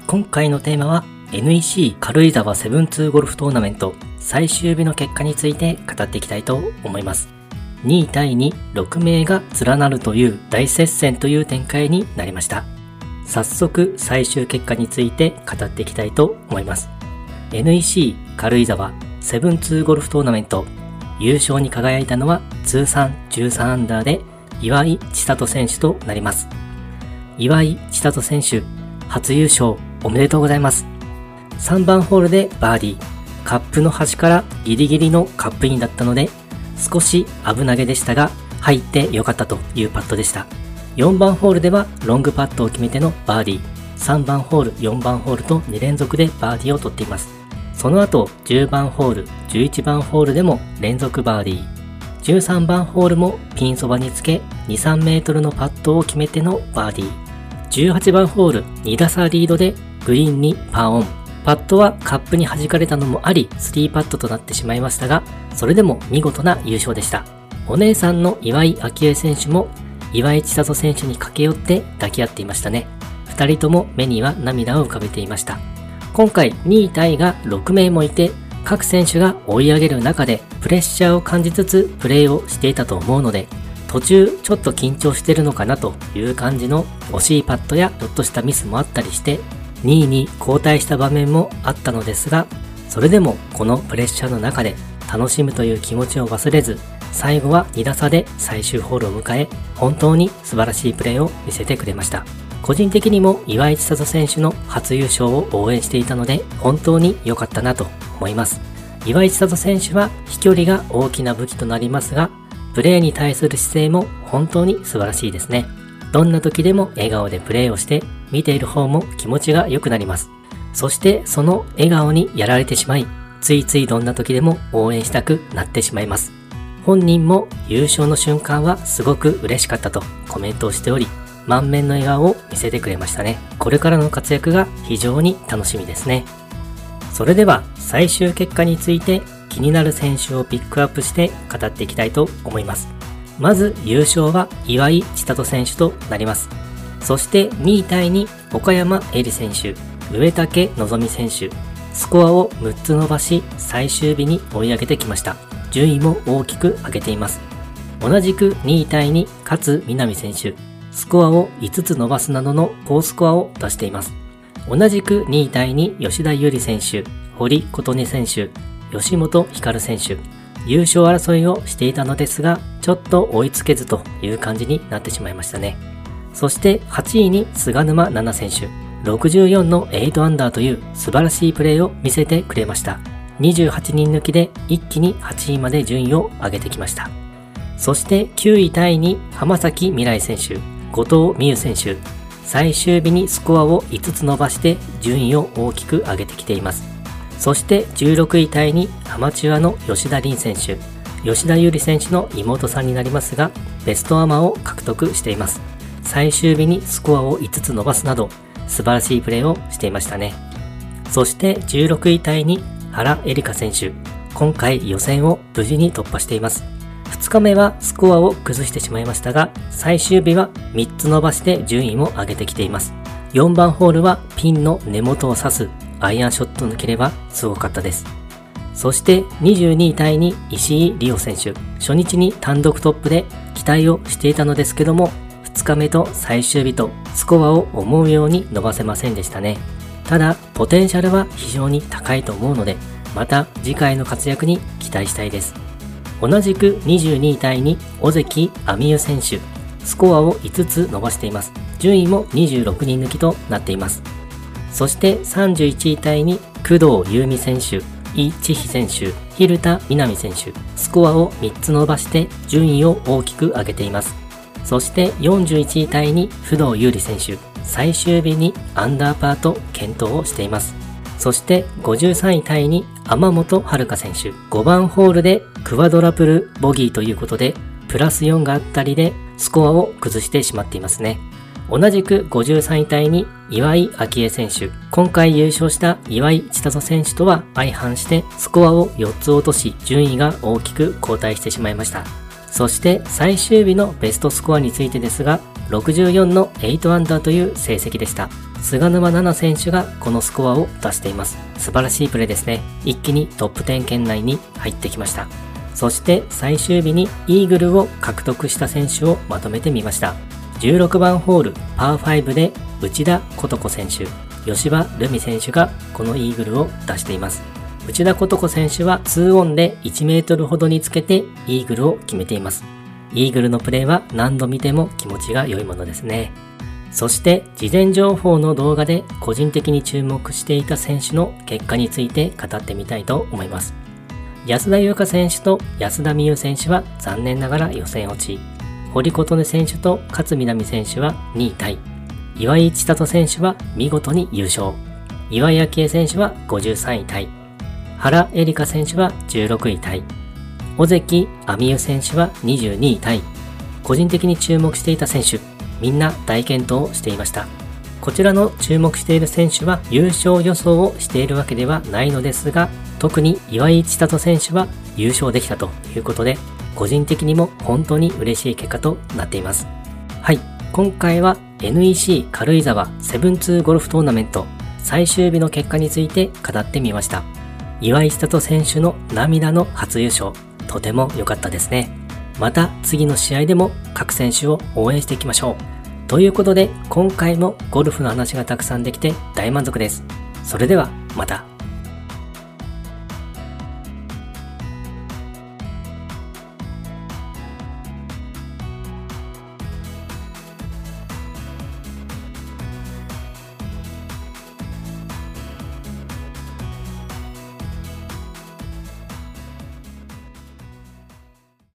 今回のテーマは NEC 軽井沢7-2ゴルフトーナメント最終日の結果について語っていきたいと思います。2位対2、6名が連なるという大接戦という展開になりました。早速最終結果について語っていきたいと思います。NEC 軽井沢7-2ゴルフトーナメント優勝に輝いたのは通算13アンダーで岩井千怜選手となります。岩井千怜選手、初優勝おめでとうございます。3番ホールでバーディー、カップの端からギリギリのカップインだったので少し危なげでしたが入ってよかったというパットでした。4番ホールではロングパットを決めてのバーディー、3番ホール、4番ホールと2連続でバーディーを取っています。その後10番ホール、11番ホールでも連続バーディー、13番ホールもピンそばにつけ 2,3 メートルのパットを決めてのバーディー、18番ホール2打差リードでグリーンにパーオン、パットはカップに弾かれたのもあり3パットとなってしまいましたが、それでも見事な優勝でした。お姉さんの岩井明愛選手も岩井千怜選手に駆け寄って抱き合っていましたね。2人とも目には涙を浮かべていました。今回2位タイが6名もいて各選手が追い上げる中でプレッシャーを感じつつプレーをしていたと思うので、途中ちょっと緊張してるのかなという感じの惜しいパットやちょっとしたミスもあったりして2位に後退した場面もあったのですが、それでもこのプレッシャーの中で楽しむという気持ちを忘れず最後は2打差で最終ホールを迎え本当に素晴らしいプレーを見せてくれました。個人的にも岩井千怜選手の初優勝を応援していたので本当に良かったなと思います。岩井千怜選手は飛距離が大きな武器となりますが、プレーに対する姿勢も本当に素晴らしいですね。どんな時でも笑顔でプレーをして見ている方も気持ちが良くなります。そしてその笑顔にやられてしまいついついどんな時でも応援したくなってしまいます。本人も優勝の瞬間はすごく嬉しかったとコメントをしており、満面の笑顔を見せてくれましたね。これからの活躍が非常に楽しみですね。それでは最終結果について気になる選手をピックアップして語っていきたいと思います。まず優勝は岩井千怜選手となります。そして2位タイに岡山絵里選手、植竹希選手、スコアを6つ伸ばし最終日に追い上げてきました。順位も大きく上げています。同じく2位タイに勝みなみ選手、スコアを5つ伸ばすなどの高スコアを出しています。同じく2位タイに吉田優利選手、堀琴音選手、吉本ひかる選手、優勝争いをしていたのですがちょっと追いつけずという感じになってしまいましたね。そして8位に菅沼菜々選手、64の8アンダーという素晴らしいプレーを見せてくれました。28人抜きで一気に8位まで順位を上げてきました。そして9位タイに浜崎未来選手、後藤美優選手、最終日にスコアを5つ伸ばして順位を大きく上げてきています。そして16位タイにアマチュアの吉田凛選手、吉田優利選手の妹さんになりますがベストアマを獲得しています。最終日にスコアを5つ伸ばすなど素晴らしいプレーをしていましたね。そして16位タイに原英莉花選手、今回予選を無事に突破しています。2日目はスコアを崩してしまいましたが最終日は3つ伸ばして順位も上げてきています。4番ホールはピンの根元を刺すアイアンショットの切れはすごかったです。そして22位タイに石井理緒選手、初日に単独トップで期待をしていたのですけども2日目と最終日とスコアを思うように伸ばせませんでしたね。ただポテンシャルは非常に高いと思うのでまた次回の活躍に期待したいです。同じく22位タイに尾関亜美優選手、スコアを5つ伸ばしています。順位も26人抜きとなっています。そして31位タイに工藤優美選手、イ・チヒ選手、蛭田みなみ選手、スコアを3つ伸ばして順位を大きく上げています。そして41位タイに不動優里選手、最終日にアンダーパーと検討をしています。そして53位タイに天本遥選手、5番ホールでクワドラプルボギーということでプラス4があったりでスコアを崩してしまっていますね。同じく53位タイに岩井明愛選手、今回優勝した岩井千怜選手とは相反してスコアを4つ落とし順位が大きく後退してしまいました。そして最終日のベストスコアについてですが 64の8アンダーという成績でした。菅沼菜々選手がこのスコアを出しています。素晴らしいプレーですね。一気にトップ10圏内に入ってきました。そして最終日にイーグルを獲得した選手をまとめてみました。16番ホールパー5で内田琴子選手、吉羽瑠美選手がこのイーグルを出しています。内田琴子選手は2オンで1メートルほどにつけてイーグルを決めています。イーグルのプレーは何度見ても気持ちが良いものですね。そして事前情報の動画で個人的に注目していた選手の結果について語ってみたいと思います。安田優花選手と安田美優選手は残念ながら予選落ち。堀琴音選手と勝みなみ選手は2位タイ。岩井千怜選手は見事に優勝。岩井明愛選手は53位タイ。原恵梨香選手は16位タイ。尾関亜美優選手は22位タイ。個人的に注目していた選手、みんな大健闘をしていました。こちらの注目している選手は優勝予想をしているわけではないのですが、特に岩井千怜選手は優勝できたということで、個人的にも本当に嬉しい結果となっています。はい、今回は NEC 軽井沢7-2ゴルフトーナメント最終日の結果について語ってみました。岩井千怜選手の涙の初優勝、とても良かったですね。また次の試合でも各選手を応援していきましょう。ということで今回もゴルフの話がたくさんできて大満足です。それではまた。